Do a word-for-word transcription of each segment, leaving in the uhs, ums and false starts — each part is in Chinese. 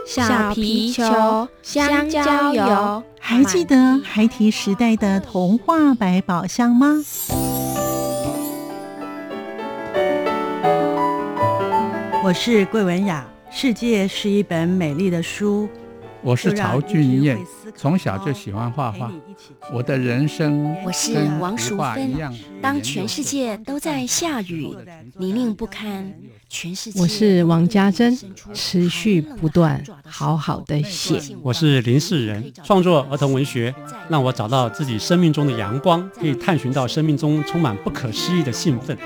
小皮球、香蕉油。 还记得孩提时代的童话百宝箱吗？ 我是桂文雅。世界是一本美丽的书。 我是曹俊彦，从小就喜欢画画。我的人生我是王淑芬。当全世界都在下雨，泥泞不堪，全世界。 我是王家珍，持续不断，好好的写。 我是林世仁，创作儿童文学，让我找到自己生命中的阳光，可以探寻到生命中充满不可思议的兴奋。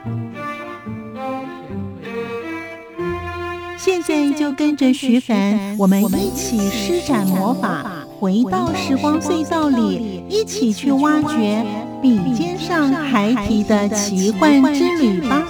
现在就跟着徐凡，我们一起施展魔法，回到时光隧道里，一起去挖掘笔尖上孩提的奇幻之旅吧。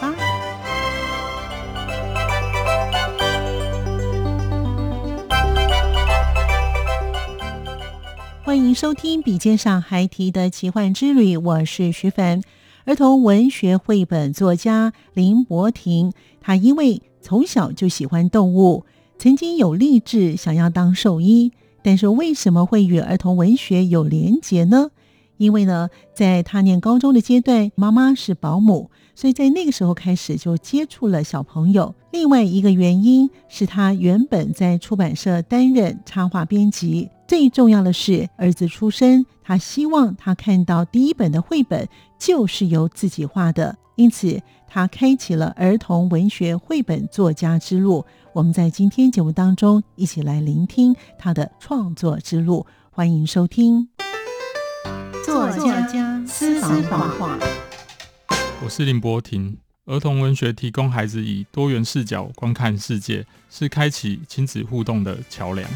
欢迎收听笔尖上孩提的奇幻之旅，我是徐凡。儿童文学绘本作家林柏廷，他因为从小就喜欢动物，曾经有立志想要当兽医，但是为什么会与儿童文学有连结呢？因为呢，在他念高中的阶段，妈妈是保姆，所以在那个时候开始就接触了小朋友。另外一个原因是他原本在出版社担任插画编辑，最重要的是儿子出生，他希望他看到第一本的绘本就是由自己画的，因此他开启了儿童文学绘本作家之路。我们在今天节目当中一起来聆听他的创作之路，欢迎收听作家私房话。 我是林柏廷。儿童文学提供孩子以多元视角观看世界，是开启亲子互动的桥梁。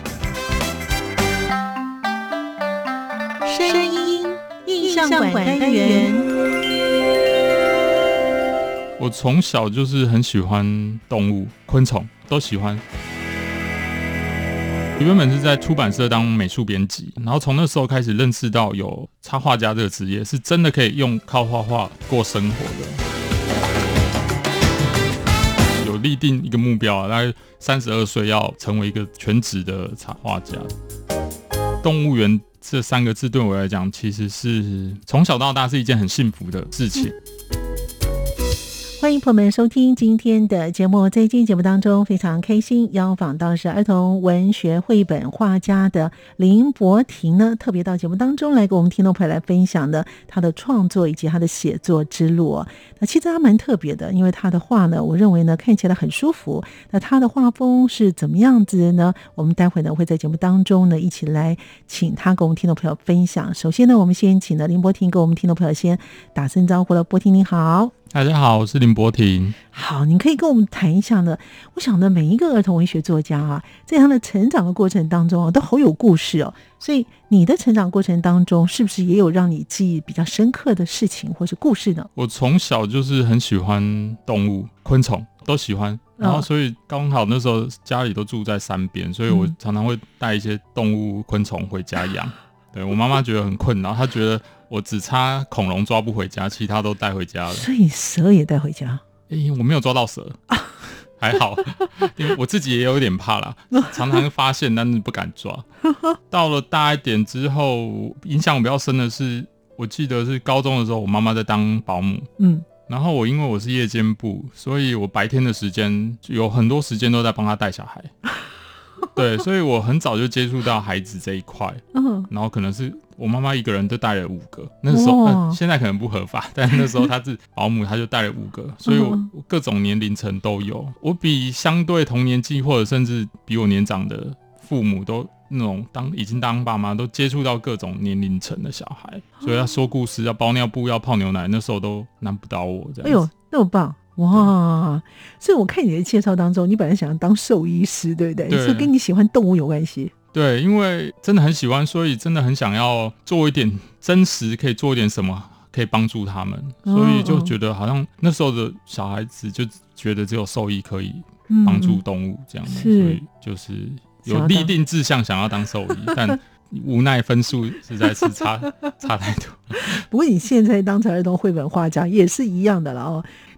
声音印象馆单元。 我从小就是很喜欢动物、昆虫，都喜欢。原本是在出版社当美术编辑，然后从那时候开始认识到有插画家这个职业，是真的可以用靠画画过生活的。有立定一个目标啊，大概三十二岁要成为一个全职的插画家。动物园这三个字对我来讲，其实是从小到大是一件很幸福的事情。 欢迎朋友们收听今天的节目。在今天节目当中，非常开心邀访到是儿童文学绘本画家的林柏廷呢，特别到节目当中来跟我们听众朋友来分享的他的创作以及他的写作之路、哦、那其实他蛮特别的，因为他的画呢，我认为呢看起来很舒服。那他的画风是怎么样子呢？我们待会呢会在节目当中呢一起来请他跟我们听众朋友分享。首先呢，我们先请了林柏廷跟我们听众朋友先打声招呼了。柏廷您好。 大家好，我是林柏廷。 好，你可以跟我们谈一下呢。我想呢，每一个儿童文学作家啊，在他的成长的过程当中啊，都好有故事哦。所以你的成长过程当中，是不是也有让你记忆比较深刻的事情或是故事呢？ 我从小就是很喜欢动物、昆虫，都喜欢。然后，所以刚好那时候家里都住在山边，所以我常常会带一些动物、昆虫回家养。对，我妈妈觉得很困扰，她觉得我只差恐龙抓不回家，其他都带回家了。 所以蛇也带回家？ 欸、我没有抓到蛇，还好，因为我自己也有点怕啦，常常发现但是不敢抓。到了大一点之后，影响我比较深的是，我记得是高中的时候，我妈妈在当保姆，嗯，然后我因为我是夜间部，所以我白天的时间有很多时间都在帮她带小孩。对，所以我很早就接触到孩子这一块，嗯，然后可能是我妈妈一个人就带了五个，那时候、呃、现在可能不合法，但那时候她是保姆，她就带了五个，所以我各种年龄层都有。我比相对同年纪或者甚至比我年长的父母都那种当已经当爸妈，都接触到各种年龄层的小孩，所以要说故事、要包尿布、要泡牛奶，那时候都难不倒我这样子。 哎呦，那么棒！哇，所以我看你的介绍当中，你本来想要当兽医师，对不对？ 对， 是跟你喜欢动物有关系。 对，因为真的很喜欢，所以真的很想要做一点真实，可以做一点什么可以帮助他们，所以就觉得好像那时候的小孩子就觉得只有兽医可以帮助动物这样的、嗯、所以就是有立定志向想要当兽医，但无奈分数实在是差差太多。 不过你现在当成儿童绘本画家也是一样的了哦。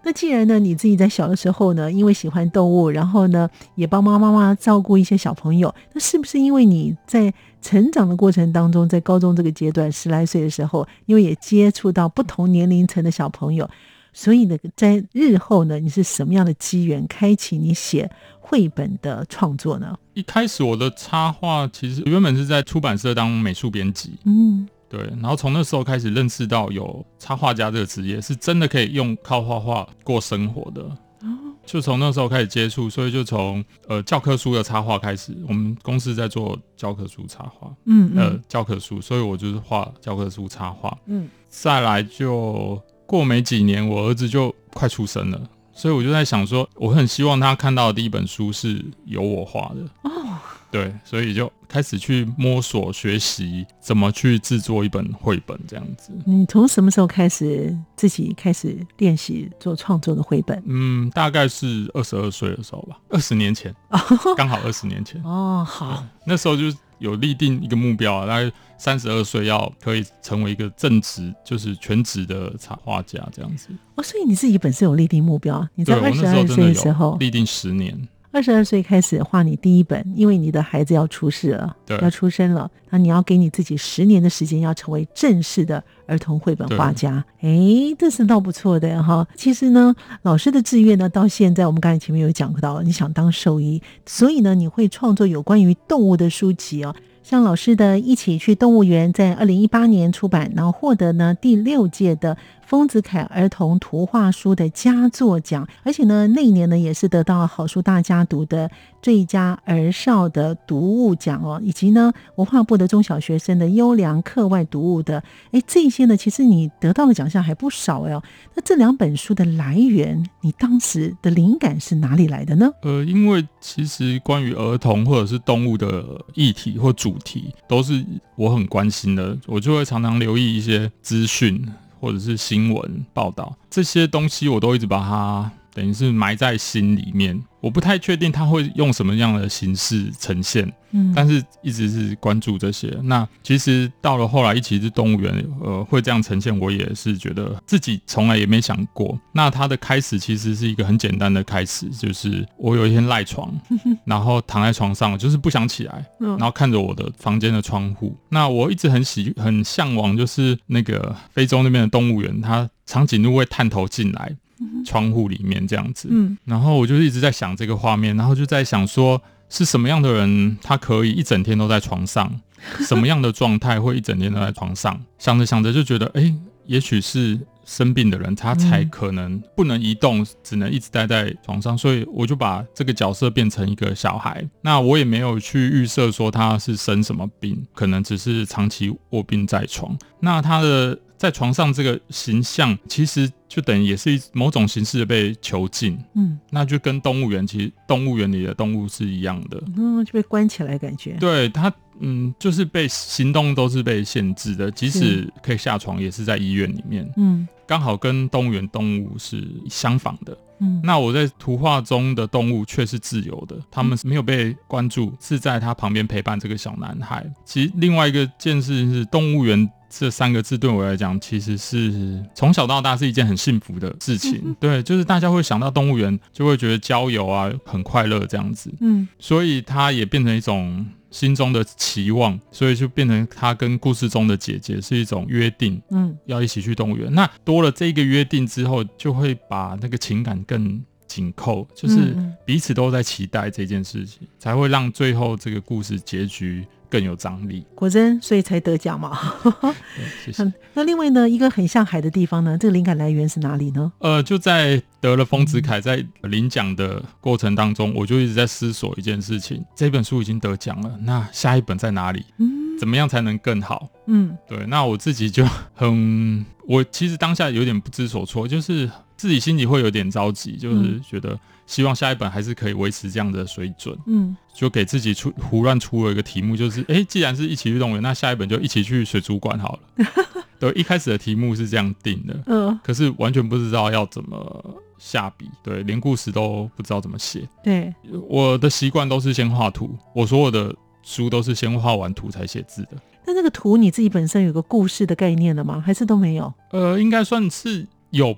那既然呢你自己在小的时候呢，因为喜欢动物，然后呢也帮妈妈妈照顾一些小朋友，那是不是因为你在成长的过程当中，在高中这个阶段十来岁的时候，因为也接触到不同年龄层的小朋友，所以呢在日后呢，你是什么样的机缘开启你写绘本的创作呢？ 一开始我的插画其实原本是在出版社当美术编辑， 嗯， 对，然后从那时候开始认识到有插画家这个职业是真的可以用靠画画过生活的，就从那时候开始接触，所以就从呃教科书的插画开始，我们公司在做教科书插画， 嗯嗯呃教科书，所以我就是画教科书插画， 嗯， 再来就过没几年，我儿子就快出生了，所以我就在想说，我很希望他看到的第一本书是由我画的哦，对，所以就开始去摸索学习怎么去制作一本绘本这样子。 你从什么时候开始自己开始练习做创作的绘本？ 嗯，大概是二十二岁的时候吧，二十年前，刚好二十年前。 哦，好， 那时候就有立定一个目标啊，大概三十二岁要可以成为一个正职，就是全职的插画家这样子。 哦，所以你自己本身有立定目标，你在二十二对我那时候真岁的有的时候， 立定十年。 二十二岁开始画你第一本，因为你的孩子要出世了， 对， 要出生了，那你要给你自己十年的时间，要成为正式的儿童绘本画家。哎，这是倒不错的哈。其实呢，老师的志愿呢，到现在我们刚才前面有讲到，你想当兽医，所以呢，你会创作有关于动物的书籍哦。像老师的一起去动物园在二零一八年出版，然后获得呢第六届的丰子恺儿童图画书的佳作奖，而且呢那一年呢也是得到好书大家读的最佳儿少的读物奖哦，以及呢文化部的中小学生的优良课外读物的，哎，这些呢其实你得到的奖项还不少哦。那这两本书的来源，你当时的灵感是哪里来的呢？ 呃，因为其实关于儿童或者是动物的议题或主题都是我很关心的，我就会常常留意一些资讯或者是新闻报道，这些东西我都一直把它等于是埋在心里面，我不太确定它会用什么样的形式呈现，嗯，但是一直是关注这些。那其实到了后来一起是动物园，呃，会这样呈现，我也是觉得自己从来也没想过。那它的开始其实是一个很简单的开始，就是我有一天赖床，然后躺在床上，就是不想起来，然后看着我的房间的窗户。那我一直很喜很向往，就是那个非洲那边的动物园，它长颈鹿会探头进来窗户里面这样子，嗯，然后我就一直在想这个画面，然后就在想说是什么样的人他可以一整天都在床上，什么样的状态会一整天都在床上，想着想着就觉得哎、欸，也许是生病的人他才可能不能移动，只能一直待在床上，所以我就把这个角色变成一个小孩。那我也没有去预设说他是生什么病，可能只是长期卧病在床。那他的在床上这个形象其实就等于也是某种形式的被囚禁，嗯，那就跟动物园其实动物园里的动物是一样的， 嗯，就被关起来感觉。 对，它嗯就是被行动都是被限制的，即使可以下床也是在医院里面，嗯，刚好跟动物园动物是相仿的。嗯，那我在图画中的动物却是自由的，他们没有被关注，是在他旁边陪伴这个小男孩。其实另外一个件事是，动物园这三个字对我来讲，其实是从小到大是一件很幸福的事情。嗯、对，就是大家会想到动物园，就会觉得郊游啊很快乐这样子。嗯，所以它也变成一种心中的期望，所以就变成他跟故事中的姐姐是一种约定，嗯，要一起去动物园。那多了这个约定之后，就会把那个情感更紧扣，就是彼此都在期待这件事情，才会让最后这个故事结局更有张力。 果真，所以才得奖嘛。 谢谢。 那另外呢，一个很像海的地方呢，这个灵感来源是哪里呢？ 呃，就在得了丰子恺在领奖的过程当中，我就一直在思索一件事情：这本书已经得奖了，那下一本在哪里？嗯，怎么样才能更好？嗯，对。那我自己就很，我其实当下有点不知所措，就是自己心里会有点着急，就是觉得希望下一本还是可以维持这样的水准。嗯，就给自己出胡乱出了一个题目，就是哎，既然是一起去动物园，那下一本就一起去水族馆好了。对，一开始的题目是这样定的，嗯，可是完全不知道要怎么下笔，对，连故事都不知道怎么写。 对， 我的习惯都是先画图，我所有的书都是先画完图才写字的。 那这个图你自己本身有个故事的概念了吗？还是都没有？ 呃，应该算是有吧。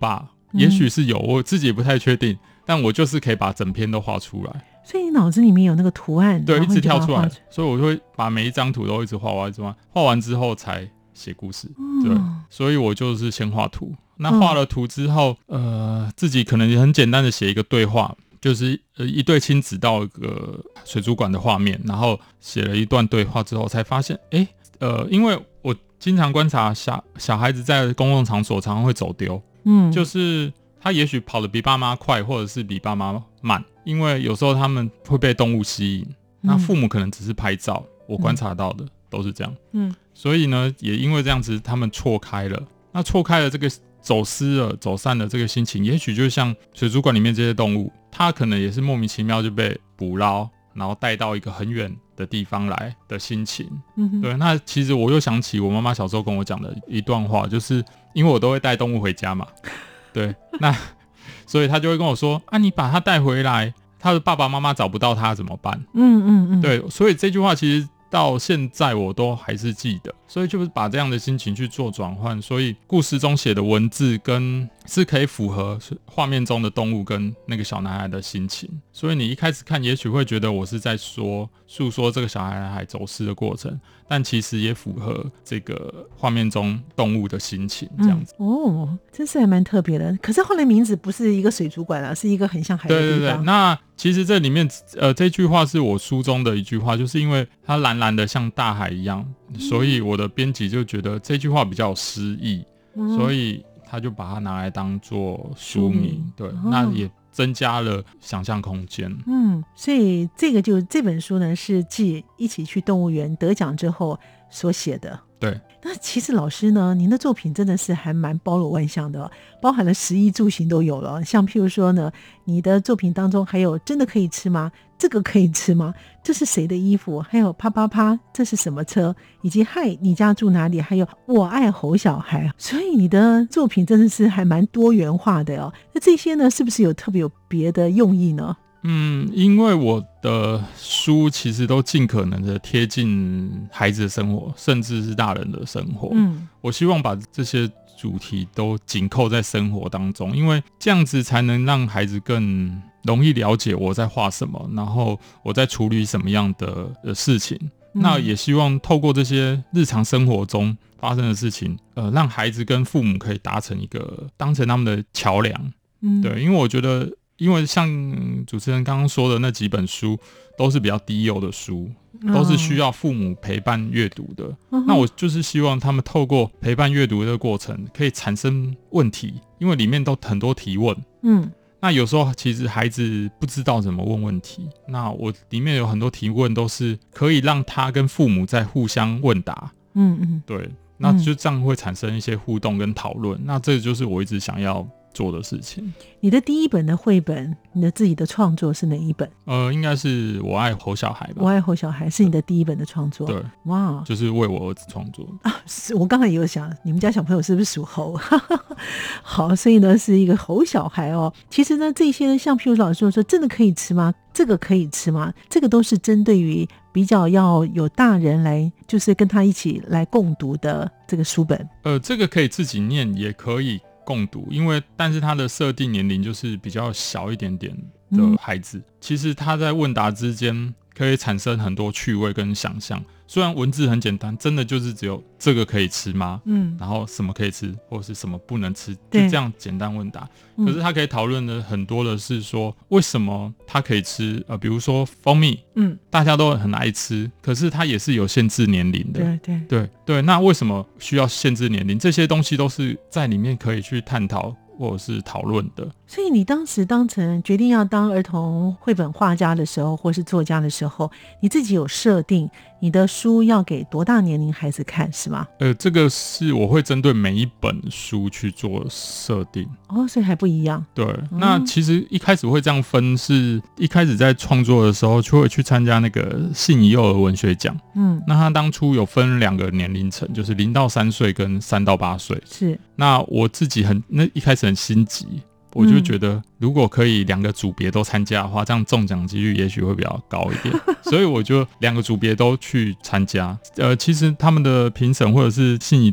也许是有，我自己也不太确定，但我就是可以把整篇都画出来。 所以你脑子里面有那个图案， 对，一直跳出来， 出所以我就会把每一张图都一直画，画，一直画，画完之后才写故事。嗯、对，所以我就是先画图。那画了图之后，嗯、呃，自己可能也很简单的写一个对话，就是呃一对亲子到一个水族馆的画面，然后写了一段对话之后，才发现，哎，呃，因为我经常观察小小孩子在公共场所常常会走丢，嗯，就是他也许跑得比爸妈快，或者是比爸妈慢，因为有时候他们会被动物吸引，那父母可能只是拍照，我观察到的都是这样，嗯，所以呢，也因为这样子，他们错开了，那错开了这个走失了、走散了这个心情，也许就像水族馆里面这些动物，它可能也是莫名其妙就被捕捞，然后带到一个很远的地方来的心情。嗯，对。那其实我又想起我妈妈小时候跟我讲的一段话，就是因为我都会带动物回家嘛，对，那所以她就会跟我说：“啊，你把它带回来，他的爸爸妈妈找不到他怎么办？”嗯嗯嗯，对。所以这句话其实到现在我都还是记得，所以就是把这样的心情去做转换，所以故事中写的文字跟是可以符合画面中的动物跟那个小男孩的心情，所以你一开始看也许会觉得我是在说诉说这个小男孩走失的过程，但其实也符合这个画面中动物的心情这样子、嗯、 哦，真是还蛮特别的。可是后来名字不是一个水族馆啊，是一个很像海的地方。对对对， 那其实这里面呃这句话是我书中的一句话，就是因为它蓝蓝的像大海一样、嗯、所以我的编辑就觉得这句话比较有诗意、嗯、所以他就把它拿来当做书名，对、哦，那也增加了想象空间。 嗯，所以这个就这本书呢是继一起去动物园得奖之后所写的。 对， 那其实老师呢，您的作品真的是还蛮包罗万象的、哦，包含了食衣住行都有了。像譬如说呢，你的作品当中还有真的可以吃吗？这个可以吃吗？这是谁的衣服？还有啪啪啪，这是什么车？以及嗨，你家住哪里？还有我爱吼小孩。所以你的作品真的是还蛮多元化的哦。那这些呢，是不是有特别有别的用意呢？ 嗯，因为我的书其实都尽可能的贴近孩子的生活，甚至是大人的生活。嗯，我希望把这些主题都紧扣在生活当中，因为这样子才能让孩子更容易了解我在画什么，然后我在处理什么样的、的事情。嗯、那也希望透过这些日常生活中发生的事情，呃，让孩子跟父母可以达成一个当成他们的桥梁。嗯，对，因为我觉得。因为像主持人刚刚说的那几本书都是比较低幼的书，都是需要父母陪伴阅读的、哦、那我就是希望他们透过陪伴阅读的过程可以产生问题，因为里面都很多提问。嗯，那有时候其实孩子不知道怎么问问题，那我里面有很多提问都是可以让他跟父母在互相问答。嗯嗯，对，那就这样会产生一些互动跟讨论、嗯、那这就是我一直想要做的事情。 你的第一本的绘本，你的自己的创作是哪一本？ 呃，应该是我爱吼小孩吧。 我爱吼小孩是你的第一本的创作。 对，哇，就是为我儿子创作啊。是我刚才也有想，你们家小朋友是不是属猴？好，所以呢是一个吼小孩哦。其实呢，这些像譬如老师说，真的可以吃吗？这个可以吃吗？这个都是针对于比较要有大人来，就是跟他一起来共读的这个书本。 呃，这个可以自己念，也可以共读，因为但是它的设定年龄就是比较小一点点的孩子、嗯、其实他在问答之间可以产生很多趣味跟想象。虽然文字很简单，真的就是只有这个可以吃吗？嗯，然后什么可以吃，或者是什么不能吃，就这样简单问答。可是他可以讨论的很多的是说，为什么他可以吃？呃，比如说蜂蜜，嗯，大家都很爱吃，可是它也是有限制年龄的。 对对对对，那为什么需要限制年龄？这些东西都是在里面可以去探讨或者是讨论的。 所以你当时当成决定要当儿童绘本画家的时候，或是作家的时候，你自己有设定你的书要给多大年龄孩子看是吗？ 呃，这个是我会针对每一本书去做设定。 哦，所以还不一样。 对、嗯、那其实一开始会这样分，是一开始在创作的时候就会去参加那个信宜幼儿文学奖。嗯，那他当初有分两个年龄层，就是零到三岁跟三到八岁。 是， 那我自己很那一开始很心急，我就觉得如果可以两个组别都参加的话，这样中奖几率也许会比较高一点。所以我就两个组别都去参加。呃，其实他们的评审或者是信宜的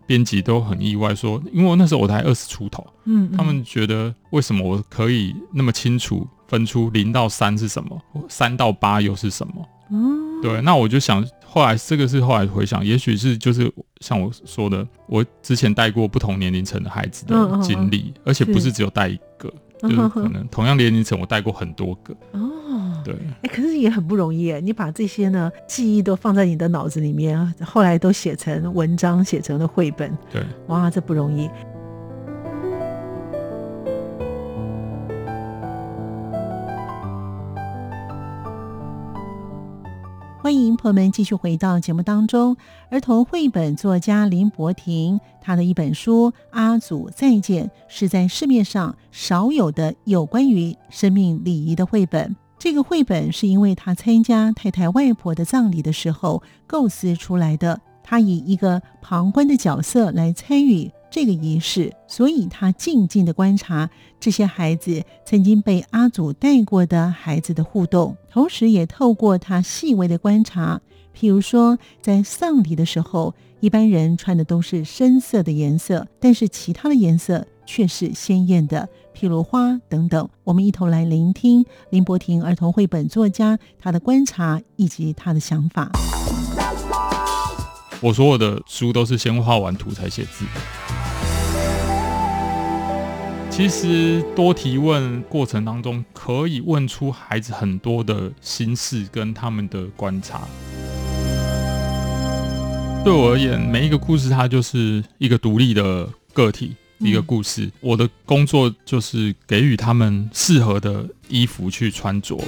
编辑都很意外说，因为我那时候我才二十出头，嗯嗯他们觉得为什么我可以那么清楚分出零到三是什么，三到八又是什么。嗯，对，那我就想，后来这个是后来回想，也许是就是像我说的，我之前带过不同年龄层的孩子的经历，嗯嗯嗯而且不是只有带一个，就是可能同样年龄层我带过很多个。哦，对， 哎，可是也很不容易哎，你把这些呢记忆都放在你的脑子里面，后来都写成文章，写成了绘本。 对， 哇，这不容易。欢迎朋友们继续回到节目当中。儿童绘本作家林柏廷，他的一本书《阿祖再见》是在市面上少有的有关于生命礼仪的绘本。这个绘本是因为他参加太太外婆的葬礼的时候构思出来的，他以一个旁观的角色来参与这个仪式，所以他静静地观察这些孩子曾经被阿祖带过的孩子的互动，同时也透过他细微的观察，譬如说在丧礼的时候，一般人穿的都是深色的颜色，但是其他的颜色却是鲜艳的，譬如花等等。我们一同来聆听林柏廷儿童绘本作家他的观察以及他的想法。 我所有的书都是先画完图才写字。其实多提问过程当中，可以问出孩子很多的心事跟他们的观察。对我而言，每一个故事它就是一个独立的个体，一个故事。我的工作就是给予他们适合的衣服去穿着。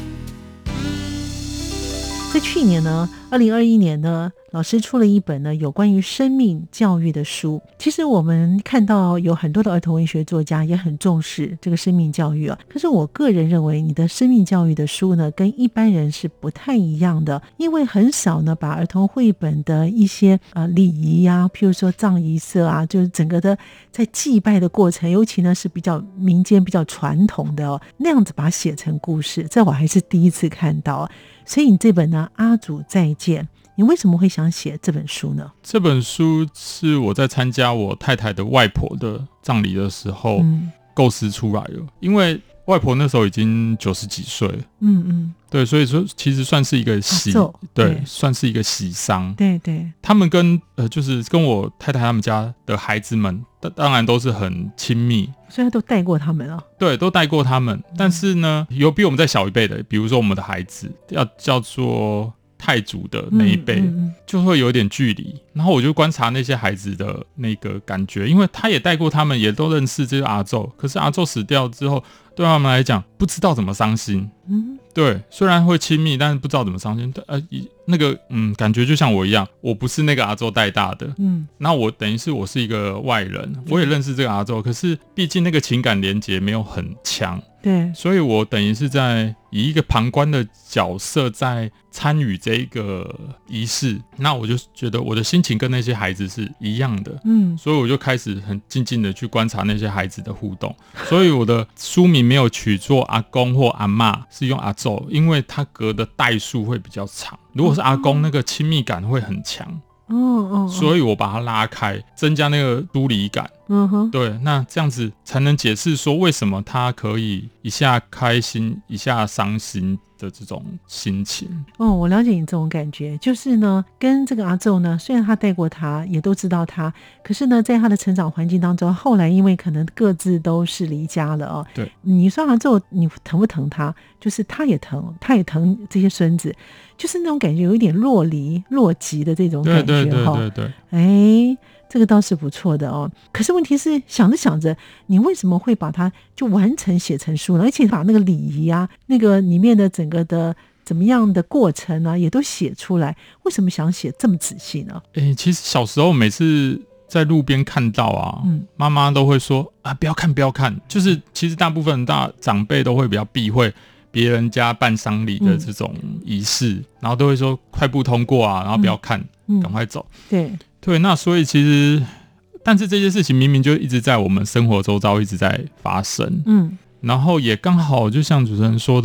在去年呢，二零二一年呢，老师出了一本呢有关于生命教育的书。其实我们看到有很多的儿童文学作家也很重视这个生命教育啊。可是我个人认为，你的生命教育的书呢，跟一般人是不太一样的，因为很少呢把儿童绘本的一些呃礼仪啊，譬如说葬仪社啊，就是整个的在祭拜的过程，尤其呢是比较民间、比较传统的哦，那样子把它写成故事，这我还是第一次看到。所以你这本呢，阿祖再见，你为什么会想写这本书呢？ 这本书是我在参加我太太的外婆的葬礼的时候构思出来的，因为外婆那时候已经九十几岁了，嗯嗯，对，所以说其实算是一个喜，啊、对, 对，算是一个喜丧， 对对。 他们跟呃，就是跟我太太他们家的孩子们，当然都是很亲密， 所以他都带过他们啊， 对，都带过他们。但是呢，有比我们再小一辈的，比如说我们的孩子，要叫做太祖的那一辈，嗯嗯嗯，就会有点距离。然后我就观察那些孩子的那个感觉，因为他也带过他们，也都认识这个阿宙。可是阿宙死掉之后，对他们来讲，不知道怎么伤心。嗯，对，虽然会亲密，但是不知道怎么伤心。呃，那个嗯，感觉就像我一样，我不是那个阿宙带大的。嗯，那我等于是我是一个外人，我也认识这个阿宙，可是毕竟那个情感连结没有很强。 对， 所以我等于是在以一个旁观的角色在参与这个仪式，那我就觉得我的心情跟那些孩子是一样的，嗯，所以我就开始很静静的去观察那些孩子的互动。所以我的书名没有取作阿公或阿嬷，是用阿祖，因为他隔的代数会比较长。如果是阿公，那个亲密感会很强。哦哦，所以我把它拉开，增加那个疏离感。嗯哼，对，那这样子才能解释说为什么他可以一下开心，一下伤心的这种心情。 哦，我了解你这种感觉，就是呢，跟这个阿宙呢，虽然他带过他，也都知道他，可是呢，在他的成长环境当中，后来因为可能各自都是离家了哦。 对， 你说阿宙，你疼不疼他？就是他也疼，他也疼这些孙子，就是那种感觉，有一点若离若即的这种感觉。 对对对对对， 哎。这个倒是不错的哦，可是问题是想着想着，你为什么会把它就完成写成书呢？而且把那个礼仪啊，那个里面的整个的怎么样的过程啊，也都写出来。为什么想写这么仔细呢？ 欸，其实小时候每次在路边看到啊，嗯，妈妈都会说啊，不要看，不要看。就是其实大部分大长辈都会比较避讳别人家办丧礼的这种仪式，嗯，然后都会说快步通过啊，然后不要看，嗯，赶快走。 对。 对，那所以其实，但是这些事情明明就一直在我们生活周遭一直在发生，嗯，然后也刚好就像主持人说的，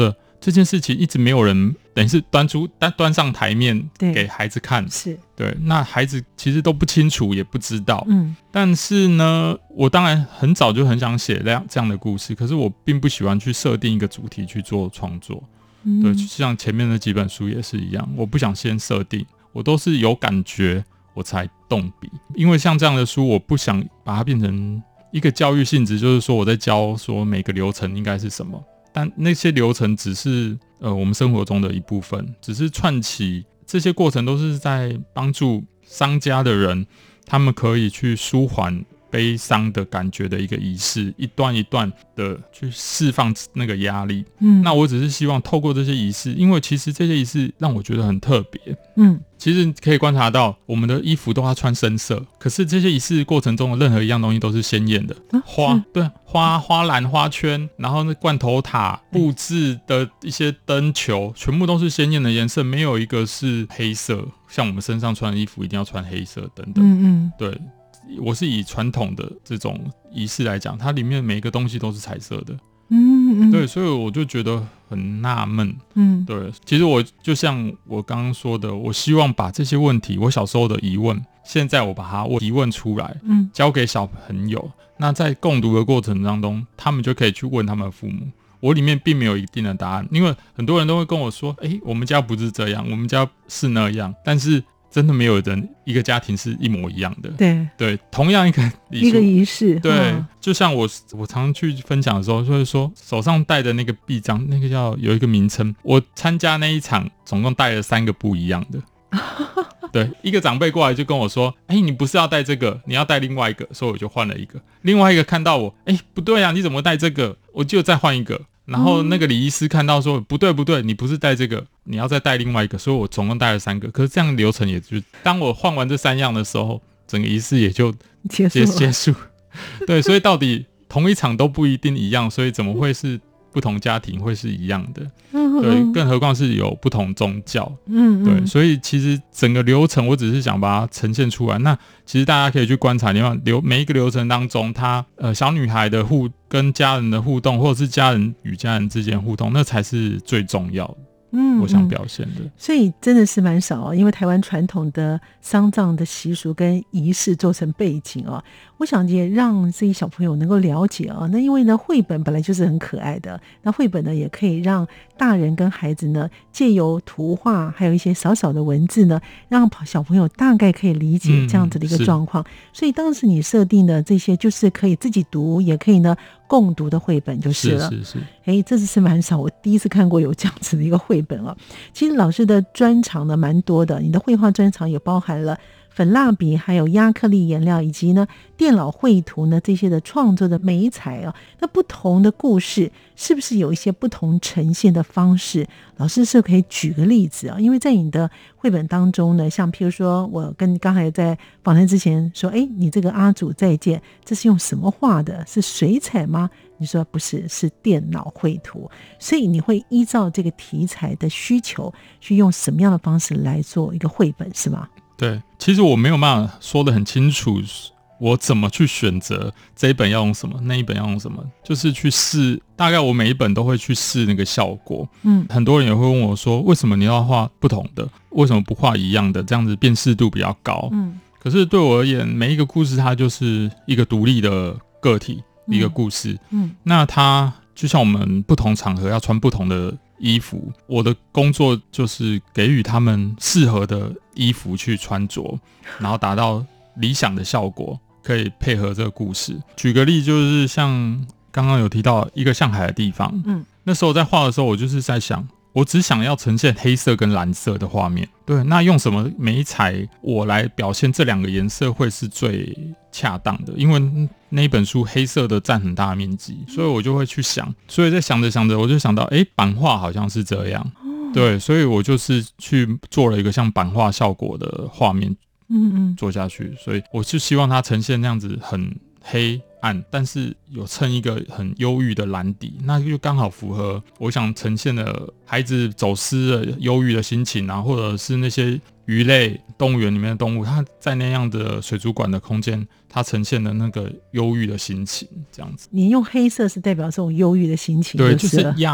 这件事情一直没有人等于是端出端端上台面给孩子看， 是对，那孩子其实都不清楚也不知道， 嗯， 但是呢我当然很早就很想写这样这样的故事，可是我并不喜欢去设定一个主题去做创作，嗯，对，就像前面的几本书也是一样，我不想先设定，我都是有感觉我才动笔，因为像这样的书我不想把它变成一个教育性质，就是说我在教说每个流程应该是什么，但那些流程只是呃我们生活中的一部分，只是串起这些过程都是在帮助商家的人，他们可以去舒缓悲伤的感觉的一个仪式，一段一段的去释放那个压力。嗯，那我只是希望透过这些仪式，因为其实这些仪式让我觉得很特别。嗯，其实可以观察到，我们的衣服都要穿深色，可是这些仪式过程中的任何一样东西都是鲜艳的，啊、花对花花篮、花圈，然后那罐头塔布置的一些灯球，全部都是鲜艳的颜色，没有一个是黑色。像我们身上穿的衣服一定要穿黑色等等。嗯嗯，对。我是以传统的这种仪式来讲，它里面每一个东西都是彩色的，嗯嗯，对，所以我就觉得很纳闷，嗯，对，其实我就像我刚刚说的，我希望把这些问题，我小时候的疑问，现在我把它提问出来，嗯，交给小朋友，那在共读的过程当中，他们就可以去问他们的父母。我里面并没有一定的答案，因为很多人都会跟我说，哎、欸，我们家不是这样，我们家是那样，但是真的没有人一个家庭是一模一样的， 对对，同样一个一个仪式， 对，嗯、就像我我常常去分享的时候，就会说手上戴的那个臂章，那个叫有一个名称，我参加那一场总共戴了三个不一样的，对，一个长辈过来就跟我说，哎、欸，你不是要戴这个，你要戴另外一个，所以我就换了一个，另外一个看到我，哎、欸，不对啊，你怎么戴这个，我就再换一个。然后那个礼仪师看到说、嗯、不对不对，你不是带这个，你要再带另外一个，所以我总共带了三个。可是这样流程也就当我换完这三样的时候，整个仪式也就结束结束。对，所以到底同一场都不一定一样，所以怎么会是不同家庭会是一样的？嗯、对，更何况是有不同宗教。嗯，对，所以其实整个流程我只是想把它呈现出来。那其实大家可以去观察，你看流每一个流程当中，她呃小女孩的互跟家人的互动，或者是家人与家人之间的互动，那才是最重要的。嗯，我想表现的， 所以真的是蛮少哦，因为台湾传统的丧葬的习俗跟仪式做成背景哦，我想也让这些小朋友能够了解哦。那因为呢，绘本本来就是很可爱的，那绘本呢也可以让大人跟孩子呢借由图画，还有一些少少的文字呢，让小朋友大概可以理解这样子的一个状况。嗯、所以当时你设定的这些，就是可以自己读，也可以呢共读的绘本就是了。 是是是， 哎，这次是蛮少，我第一次看过有这样子的一个绘本哦。其实老师的专长呢蛮多的，你的绘画专长也包含了粉蜡笔，还有亚克力颜料，以及呢电脑绘图呢这些的创作的媒材啊。那不同的故事是不是有一些不同呈现的方式？老师是可以举个例子啊，因为在你的绘本当中呢，像譬如说我跟刚才在访谈之前说，哎，你这个阿祖再见，这是用什么画的？是水彩吗？你说不是，是电脑绘图。所以你会依照这个题材的需求，去用什么样的方式来做一个绘本，是吗？ 对，其实我没有办法说得很清楚，我怎么去选择这一本要用什么，那一本要用什么，就是去试。大概我每一本都会去试那个效果。嗯，很多人也会问我说，为什么你要画不同的？为什么不画一样的？这样子辨识度比较高。嗯，可是对我而言，每一个故事它就是一个独立的个体，一个故事。嗯，那它就像我们不同场合要穿不同的衣服，我的工作就是给予他们适合的衣服去穿着，然后达到理想的效果，可以配合这个故事。举个例，就是像刚刚有提到一个像海的地方，嗯，那时候在画的时候，我就是在想，我只想要呈现黑色跟蓝色的画面，对，那用什么媒材我来表现这两个颜色会是最恰当的？因为那一本书黑色的占很大的面积，所以我就会去想，所以在想着想着，我就想到，哎，版画好像是这样，对，所以我就是去做了一个像版画效果的画面，嗯嗯，做下去，所以我就希望它呈现那样子很黑暗，但是有衬一个很忧郁的蓝底，那就刚好符合我想呈现的孩子走失的忧郁的心情啊，或者是那些鱼类动物园里面的动物，它在那样的水族馆的空间，它呈现的那个忧郁的心情，这样子。 你用黑色是代表这种忧郁的心情， 对，就是压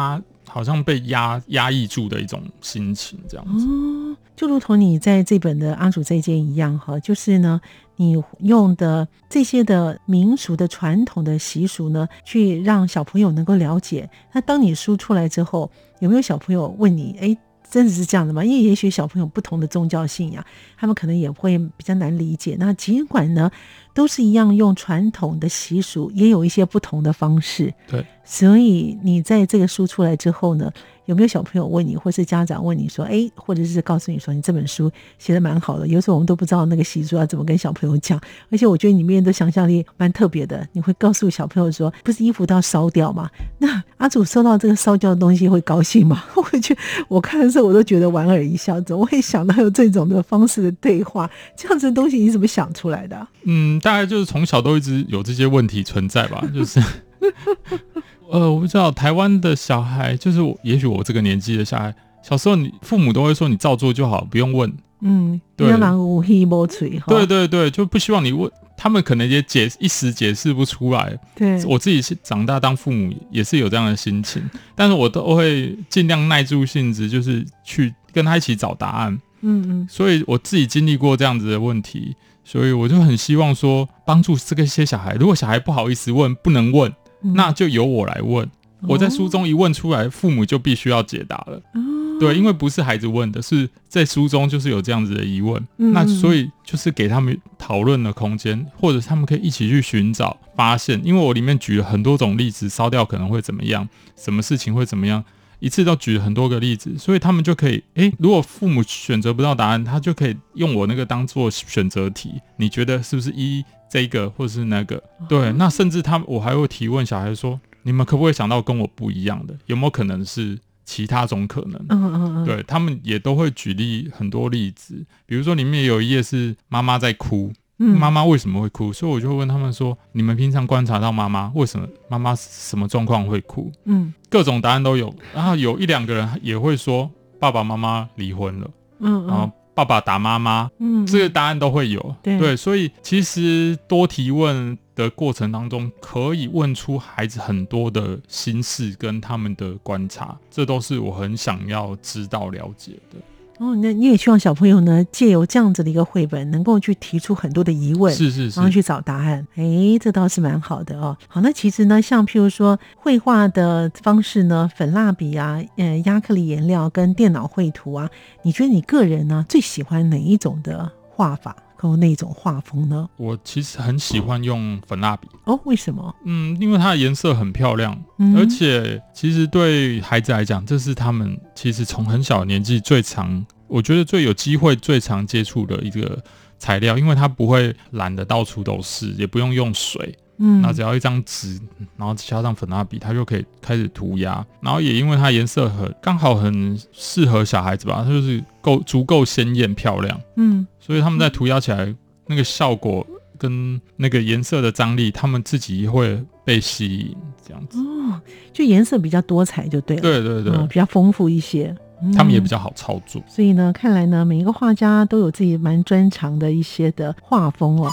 好像被压压抑住的一种心情这样子。 哦，就如同你在这本的阿祖这一件一样哈，就是呢你用的这些的民俗的传统的习俗呢，去让小朋友能够了解。那当你书出来之后，有没有小朋友问你，哎，真的是这样的吗？因为也许小朋友不同的宗教信仰，他们可能也会比较难理解。那尽管呢都是一样用传统的习俗，也有一些不同的方式。 对， 所以你在这个书出来之后呢，有没有小朋友问你，或是家长问你说，哎，或者是告诉你说，你这本书写得蛮好的。有时候我们都不知道那个习俗要怎么跟小朋友讲，而且我觉得里面的想象力蛮特别的。你会告诉小朋友说，不是衣服都要烧掉吗？那阿祖收到这个烧掉的东西会高兴吗？我觉得我看的时候我都觉得莞尔一笑，怎么会想到有这种的方式的对话？这样子的东西你怎么想出来的啊？ 嗯，大概就是从小都一直有这些问题存在吧，就是呃，我不知道台湾的小孩，就是我，也许我这个年纪的小孩，小时候你父母都会说你照做就好，不用问。 嗯， 对，对对对，就不希望你问，他们可能也解一时解释不出来。 对， 我自己是长大当父母也是有这样的心情，但是我都会尽量耐住性子，就是去跟他一起找答案。 嗯嗯， 所以我自己经历过这样子的问题，所以我就很希望说帮助这个些小孩。如果小孩不好意思问，不能问，嗯、那就由我来问。我在书中一问出来，父母就必须要解答了。哦、对，因为不是孩子问的，是在书中就是有这样子的疑问，嗯、那所以就是给他们讨论的空间，或者他们可以一起去寻找发现。因为我里面举了很多种例子，烧掉可能会怎么样，什么事情会怎么样。一次都举了很多个例子，所以他们就可以，诶，如果父母选择不到答案，他就可以用我那个当做选择题。你觉得是不是一这个，或是那个？对，那甚至他我还会提问小孩说，你们可不可以想到跟我不一样的？有没有可能是其他种可能？嗯嗯嗯，对，他们也都会举例很多例子，比如说里面有一页是妈妈在哭。妈妈为什么会哭？所以我就问他们说：你们平常观察到妈妈为什么妈妈什么状况会哭？嗯，各种答案都有。然后有一两个人也会说爸爸妈妈离婚了，嗯，然后爸爸打妈妈，嗯，这个答案都会有。对，对，所以其实多提问的过程当中，可以问出孩子很多的心事跟他们的观察，这都是我很想要知道了解的。 哦，那你也希望小朋友呢，借由这样子的一个绘本，能够去提出很多的疑问， 是是是， 然后去找答案。哎，这倒是蛮好的哦。好，那其实呢，像譬如说绘画的方式呢，粉蜡笔啊，呃，亚克力颜料跟电脑绘图啊，你觉得你个人呢最喜欢哪一种的画法？和那种画风呢？ 我其实很喜欢用粉蜡笔。 哦，为什么？ 嗯，因为它的颜色很漂亮，嗯、而且其实对孩子来讲，这是他们其实从很小的年纪最常，我觉得最有机会最常接触的一个材料，因为它不会染得到处都是，也不用用水。嗯，那只要一张纸，然后加上粉蜡笔，它就可以开始涂鸦。然后也因为它颜色很刚好很适合小孩子吧，它就是够足够鲜艳漂亮。嗯，所以他们在涂鸦起来那个效果跟那个颜色的张力，他们自己会被吸引，这样子。 哦，就颜色比较多彩就对了。 对对对， 嗯、比较丰富一些。 他们也比较好操作。 所以呢，看来呢，每一个画家都有自己蛮专长的一些的画风哦。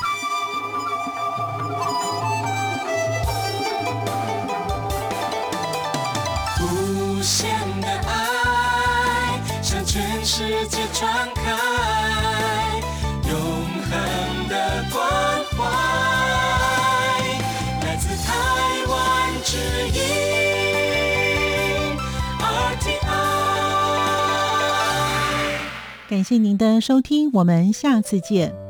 世界传开，永恒的关怀，来自台湾之音 R T I。 感谢您的收听，我们下次见。